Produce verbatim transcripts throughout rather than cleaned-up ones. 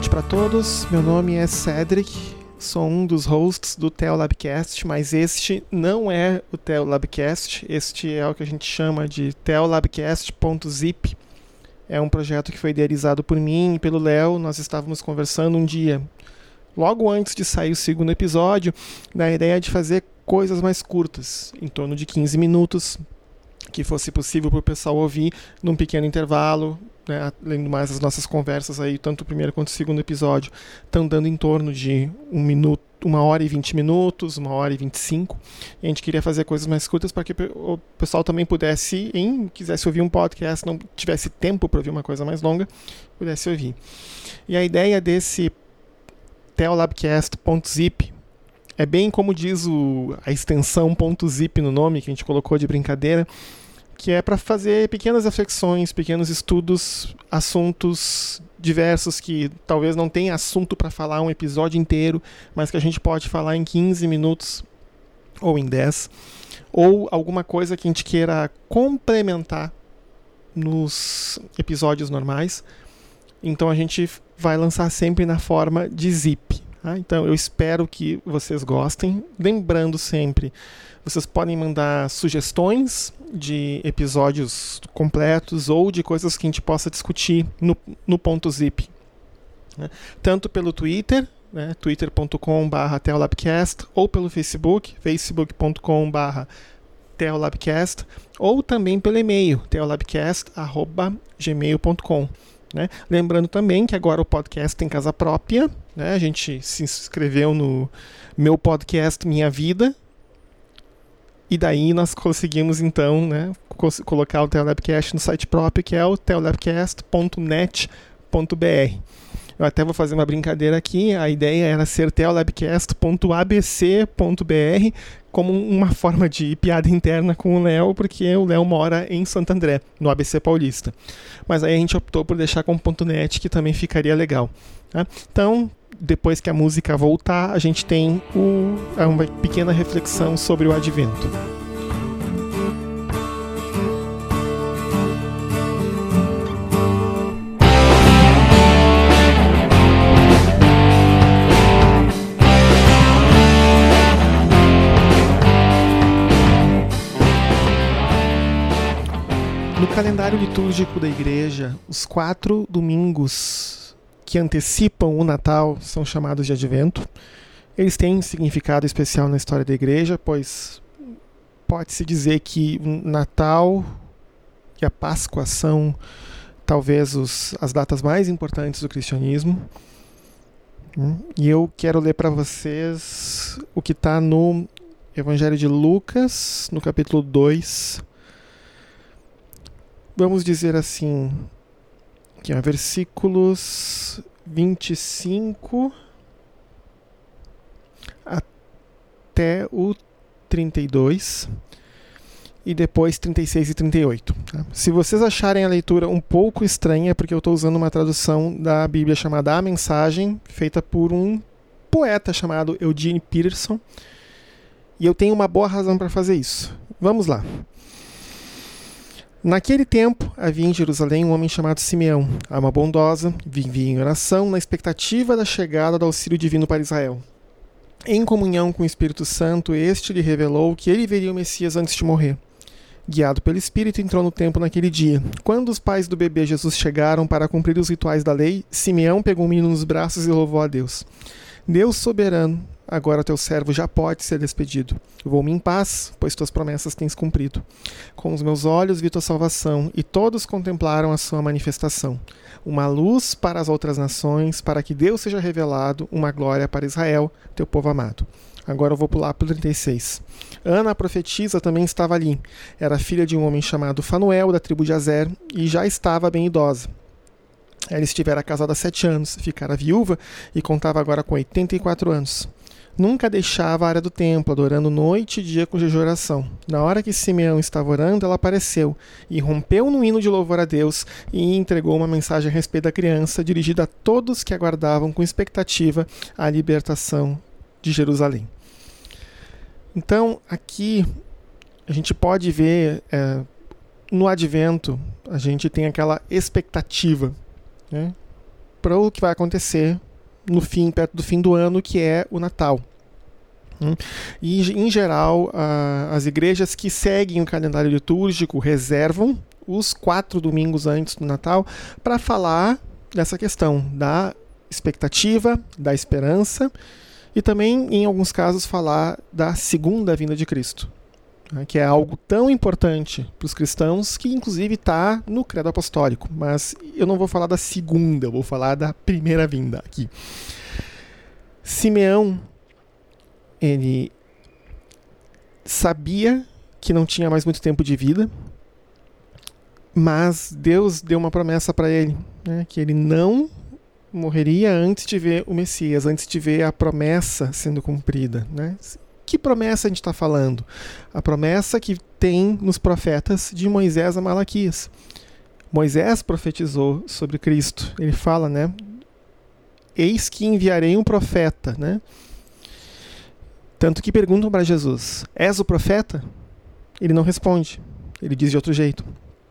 noite para todos, meu nome é Cedric, sou um dos hosts do TheoLabcast, mas este não é o TheoLabcast, este é o que a gente chama de theolabcast.zip. É um projeto que foi idealizado por mim e pelo Léo. Nós estávamos conversando um dia, logo antes de sair o segundo episódio, na ideia de fazer coisas mais curtas, em torno de quinze minutos, que fosse possível para o pessoal ouvir num pequeno intervalo, né? Além do mais, as nossas conversas aí, tanto o primeiro quanto o segundo episódio, estão dando em torno de um minuto, uma hora e vinte minutos, uma hora e vinte e cinco. E a gente queria fazer coisas mais curtas para que o pessoal também pudesse, em quisesse ouvir um podcast, não tivesse tempo para ouvir uma coisa mais longa, pudesse ouvir. E a ideia desse theolabcast.zip é bem como diz o, a extensão .zip no nome, que a gente colocou de brincadeira, que é para fazer pequenas reflexões, pequenos estudos, assuntos diversos que talvez não tenha assunto para falar um episódio inteiro, mas que a gente pode falar em quinze minutos ou em dez, ou alguma coisa que a gente queira complementar nos episódios normais. Então a gente vai lançar sempre na forma de zip. Tá? Então eu espero que vocês gostem. Lembrando sempre, vocês podem mandar sugestões de episódios completos ou de coisas que a gente possa discutir no, no ponto zip. Né? Tanto pelo Twitter, né? twitter ponto com barra theolabcast, ou pelo Facebook, facebook ponto com barra theolabcast, ou também pelo e-mail, theolabcast arroba gmail ponto com. Né? Lembrando também que agora o podcast tem casa própria, né? A gente se inscreveu no Meu Podcast Minha Vida, e daí nós conseguimos então, né, colocar o TheoLabcast no site próprio, que é o theolabcast ponto net ponto b r. Eu até vou fazer uma brincadeira aqui, a ideia era ser theolabcast ponto a b c ponto b r, como uma forma de piada interna com o Léo, porque o Léo mora em Santo André, no A B C Paulista. Mas aí a gente optou por deixar com .net, que também ficaria legal. Tá? Então, depois que a música voltar, a gente tem o, uma pequena reflexão sobre o Advento. No calendário litúrgico da igreja, os quatro domingos que antecipam o Natal são chamados de Advento. Eles têm um significado especial na história da igreja, pois pode-se dizer que o Natal e a Páscoa são talvez os, as datas mais importantes do cristianismo. E eu quero ler para vocês o que está no Evangelho de Lucas, no capítulo dois. Vamos dizer assim, que é versículos vinte e cinco até o trinta e dois e depois trinta e seis e trinta e oito. Tá? Se vocês acharem a leitura um pouco estranha, é porque eu estou usando uma tradução da Bíblia chamada A Mensagem, feita por um poeta chamado Eugene Peterson, e eu tenho uma boa razão para fazer isso. Vamos lá. Naquele tempo, havia em Jerusalém um homem chamado Simeão, alma bondosa, vivia em oração na expectativa da chegada do auxílio divino para Israel. Em comunhão com o Espírito Santo, este lhe revelou que ele veria o Messias antes de morrer. Guiado pelo Espírito, entrou no templo naquele dia. Quando os pais do bebê Jesus chegaram para cumprir os rituais da lei, Simeão pegou o menino nos braços e louvou a Deus. Deus soberano, agora teu servo já pode ser despedido. Vou-me em paz, pois tuas promessas tens cumprido. Com os meus olhos vi tua salvação, e todos contemplaram a sua manifestação. Uma luz para as outras nações, para que Deus seja revelado, uma glória para Israel, teu povo amado. Agora eu vou pular para o trinta e seis. Ana, a profetisa, também estava ali. Era filha de um homem chamado Fanuel, da tribo de Azer, e já estava bem idosa. Ela estivera casada há sete anos, ficara viúva e contava agora com oitenta e quatro anos. Nunca deixava a área do templo, adorando noite e dia com jejum e oração. Na hora que Simeão estava orando, ela apareceu e rompeu num hino de louvor a Deus e entregou uma mensagem a respeito da criança, dirigida a todos que aguardavam com expectativa a libertação de Jerusalém. Então, aqui a gente pode ver, é, no Advento, a gente tem aquela expectativa, né? para o que vai acontecer no fim, perto do fim do ano, que é o Natal. E, em geral, as igrejas que seguem o calendário litúrgico reservam os quatro domingos antes do Natal para falar dessa questão da expectativa, da esperança e também, em alguns casos, falar da segunda vinda de Cristo, que é algo tão importante para os cristãos que, inclusive, está no credo apostólico. Mas eu não vou falar da segunda, eu vou falar da primeira vinda aqui. Simeão, ele sabia que não tinha mais muito tempo de vida, mas Deus deu uma promessa para ele, né, que ele não morreria antes de ver o Messias, antes de ver a promessa sendo cumprida, né? Que promessa a gente está falando? A promessa que tem nos profetas de Moisés a Malaquias. Moisés profetizou sobre Cristo. Ele fala, né? Eis que enviarei um profeta, né? Tanto que perguntam para Jesus, és o profeta? Ele não responde. Ele diz de outro jeito.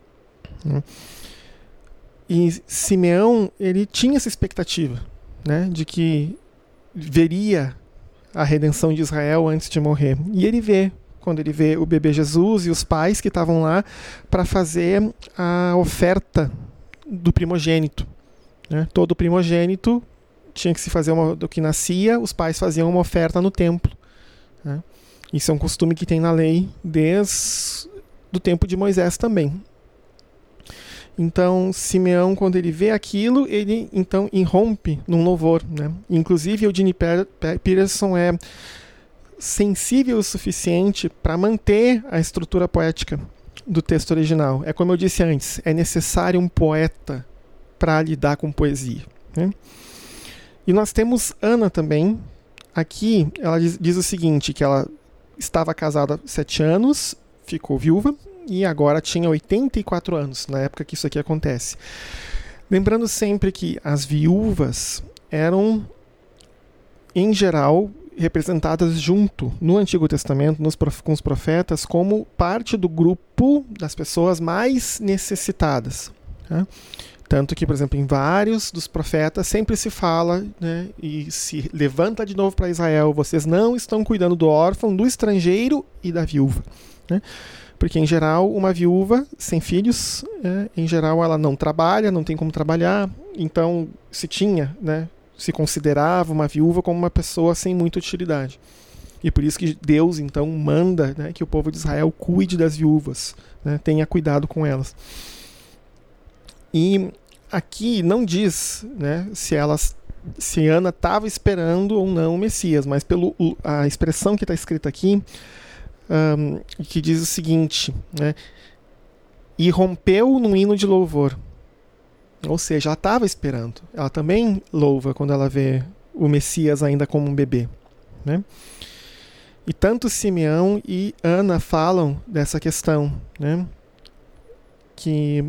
E Simeão, ele tinha essa expectativa, né, de que veria a redenção de Israel antes de morrer. E ele vê, quando ele vê o bebê Jesus e os pais que estavam lá para fazer a oferta do primogênito. Né? Todo primogênito tinha que se fazer uma, do que nascia, os pais faziam uma oferta no templo. Né? Isso é um costume que tem na lei desde o tempo de Moisés também. Então, Simeão, quando ele vê aquilo, ele então irrompe num louvor. Né? Inclusive, Eugene Peterson é sensível o suficiente para manter a estrutura poética do texto original. É como eu disse antes, é necessário um poeta para lidar com poesia. Né? E nós temos Ana também. Aqui, ela diz, diz o seguinte, que ela estava casada há sete anos, ficou viúva, e agora tinha oitenta e quatro anos, na época que isso aqui acontece. Lembrando sempre que as viúvas eram, em geral, representadas junto, no Antigo Testamento, nos, com os profetas, como parte do grupo das pessoas mais necessitadas. Tá? Tanto que, por exemplo, em vários dos profetas sempre se fala, né, e se levanta de novo para Israel, vocês não estão cuidando do órfão, do estrangeiro e da viúva. Né? Porque, em geral, uma viúva sem filhos, é, em geral, ela não trabalha, não tem como trabalhar. Então, se tinha, né, se considerava uma viúva como uma pessoa sem muita utilidade. E por isso que Deus, então, manda, né, que o povo de Israel cuide das viúvas, né, tenha cuidado com elas. E aqui não diz, né, se, elas, se Ana estava esperando ou não o Messias, mas pela a expressão que está escrita aqui, Um, que diz o seguinte, né, e rompeu num hino de louvor. Ou seja, ela estava esperando. Ela também louva quando ela vê o Messias ainda como um bebê. Né? E tanto Simeão e Ana falam dessa questão. Né? Que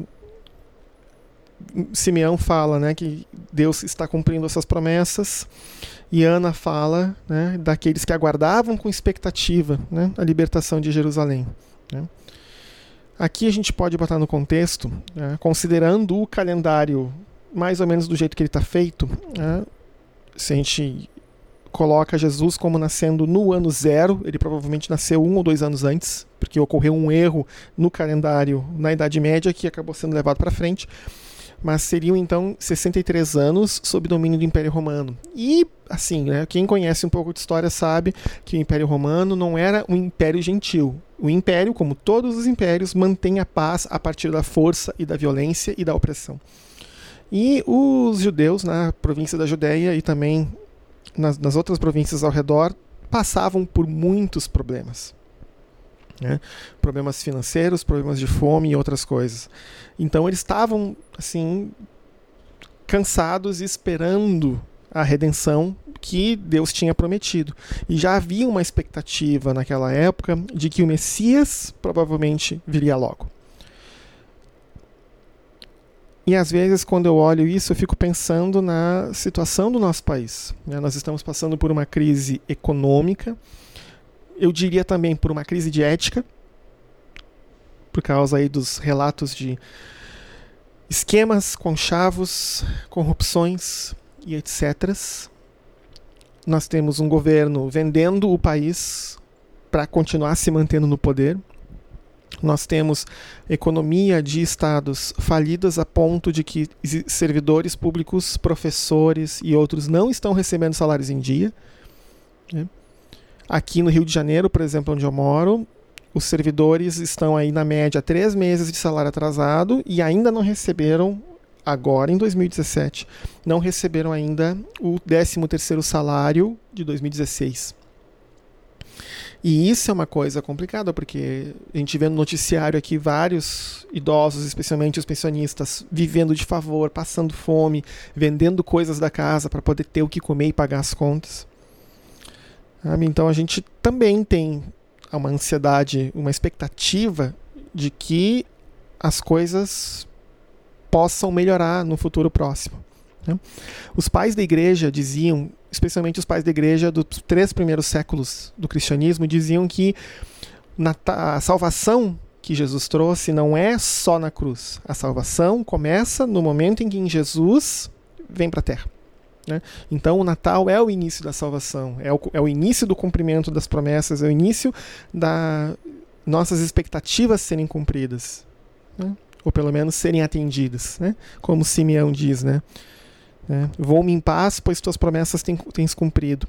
Simeão fala, né, que Deus está cumprindo essas promessas, e Ana fala, né, daqueles que aguardavam com expectativa, né, a libertação de Jerusalém. Né. Aqui a gente pode botar no contexto, né, considerando o calendário mais ou menos do jeito que ele está feito, né, se a gente coloca Jesus como nascendo no ano zero, ele provavelmente nasceu um ou dois anos antes, porque ocorreu um erro no calendário na Idade Média que acabou sendo levado para frente. Mas seriam então sessenta e três anos sob domínio do Império Romano. E, assim, né, quem conhece um pouco de história sabe que o Império Romano não era um império gentil. O império, como todos os impérios, mantém a paz a partir da força e da violência e da opressão. E os judeus na província da Judéia e também nas, nas outras províncias ao redor passavam por muitos problemas. Né? Problemas financeiros, problemas de fome e outras coisas. Então eles estavam assim cansados e esperando a redenção que Deus tinha prometido. E já havia uma expectativa naquela época de que o Messias provavelmente viria logo. E às vezes, quando eu olho isso, eu fico pensando na situação do nosso país. Né? Nós estamos passando por uma crise econômica, eu diria também por uma crise de ética, por causa aí dos relatos de esquemas, conchavos, corrupções e etcétera. Nós temos um governo vendendo o país para continuar se mantendo no poder. Nós temos economia de estados falidas a ponto de que servidores públicos, professores e outros não estão recebendo salários em dia. Aqui no Rio de Janeiro, por exemplo, onde eu moro, os servidores estão aí na média três meses de salário atrasado e ainda não receberam, agora em dois mil e dezessete, não receberam ainda o décimo terceiro salário de dois mil e dezesseis. E isso é uma coisa complicada, porque a gente vê no noticiário aqui vários idosos, especialmente os pensionistas, vivendo de favor, passando fome, vendendo coisas da casa para poder ter o que comer e pagar as contas. Então a gente também tem uma ansiedade, uma expectativa de que as coisas possam melhorar no futuro próximo. Os pais da igreja diziam, especialmente os pais da igreja dos três primeiros séculos do cristianismo, diziam que a salvação que Jesus trouxe não é só na cruz. A salvação começa no momento em que Jesus vem para a terra. Então o Natal é o início da salvação, é o, é o início do cumprimento das promessas, é o início das nossas expectativas serem cumpridas, né? Ou pelo menos serem atendidas, né? Como Simeão diz, né? É, vou-me em paz, pois tuas promessas tens, tens cumprido.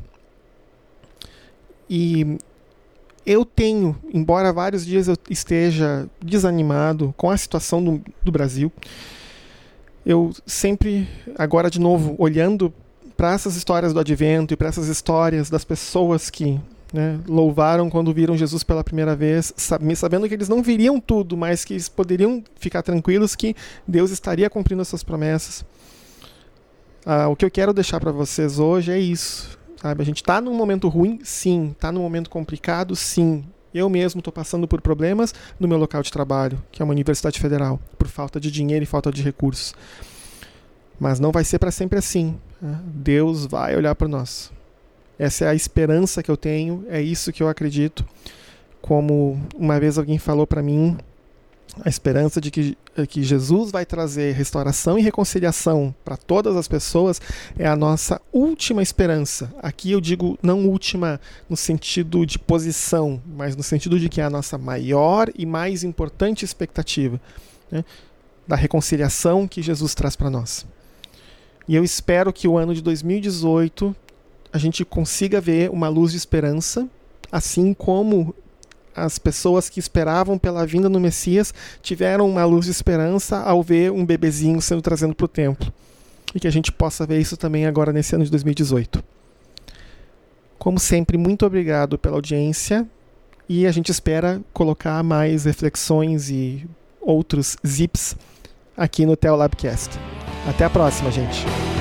E eu tenho, embora vários dias eu esteja desanimado com a situação do, do Brasil, eu sempre, agora de novo, olhando para essas histórias do Advento e para essas histórias das pessoas que, né, louvaram quando viram Jesus pela primeira vez, sabendo que eles não viriam tudo, mas que eles poderiam ficar tranquilos que Deus estaria cumprindo as suas promessas. Ah, o que eu quero deixar para vocês hoje é isso, sabe? A gente está num momento ruim, sim. Está num momento complicado, sim. Eu mesmo estou passando por problemas no meu local de trabalho, que é uma universidade federal, por falta de dinheiro e falta de recursos. Mas não vai ser para sempre assim, né? Deus vai olhar para nós. Essa é a esperança que eu tenho, é isso que eu acredito. Como uma vez alguém falou para mim, a esperança de que, que Jesus vai trazer restauração e reconciliação para todas as pessoas é a nossa última esperança. Aqui eu digo não última no sentido de posição, mas no sentido de que é a nossa maior e mais importante expectativa, né, da reconciliação que Jesus traz para nós. E eu espero que o ano de dois mil e dezoito a gente consiga ver uma luz de esperança, assim como as pessoas que esperavam pela vinda do Messias tiveram uma luz de esperança ao ver um bebezinho sendo trazido para o templo. E que a gente possa ver isso também agora nesse ano de dois mil e dezoito. Como sempre, muito obrigado pela audiência e a gente espera colocar mais reflexões e outros zips aqui no Theolabcast. Até a próxima, gente!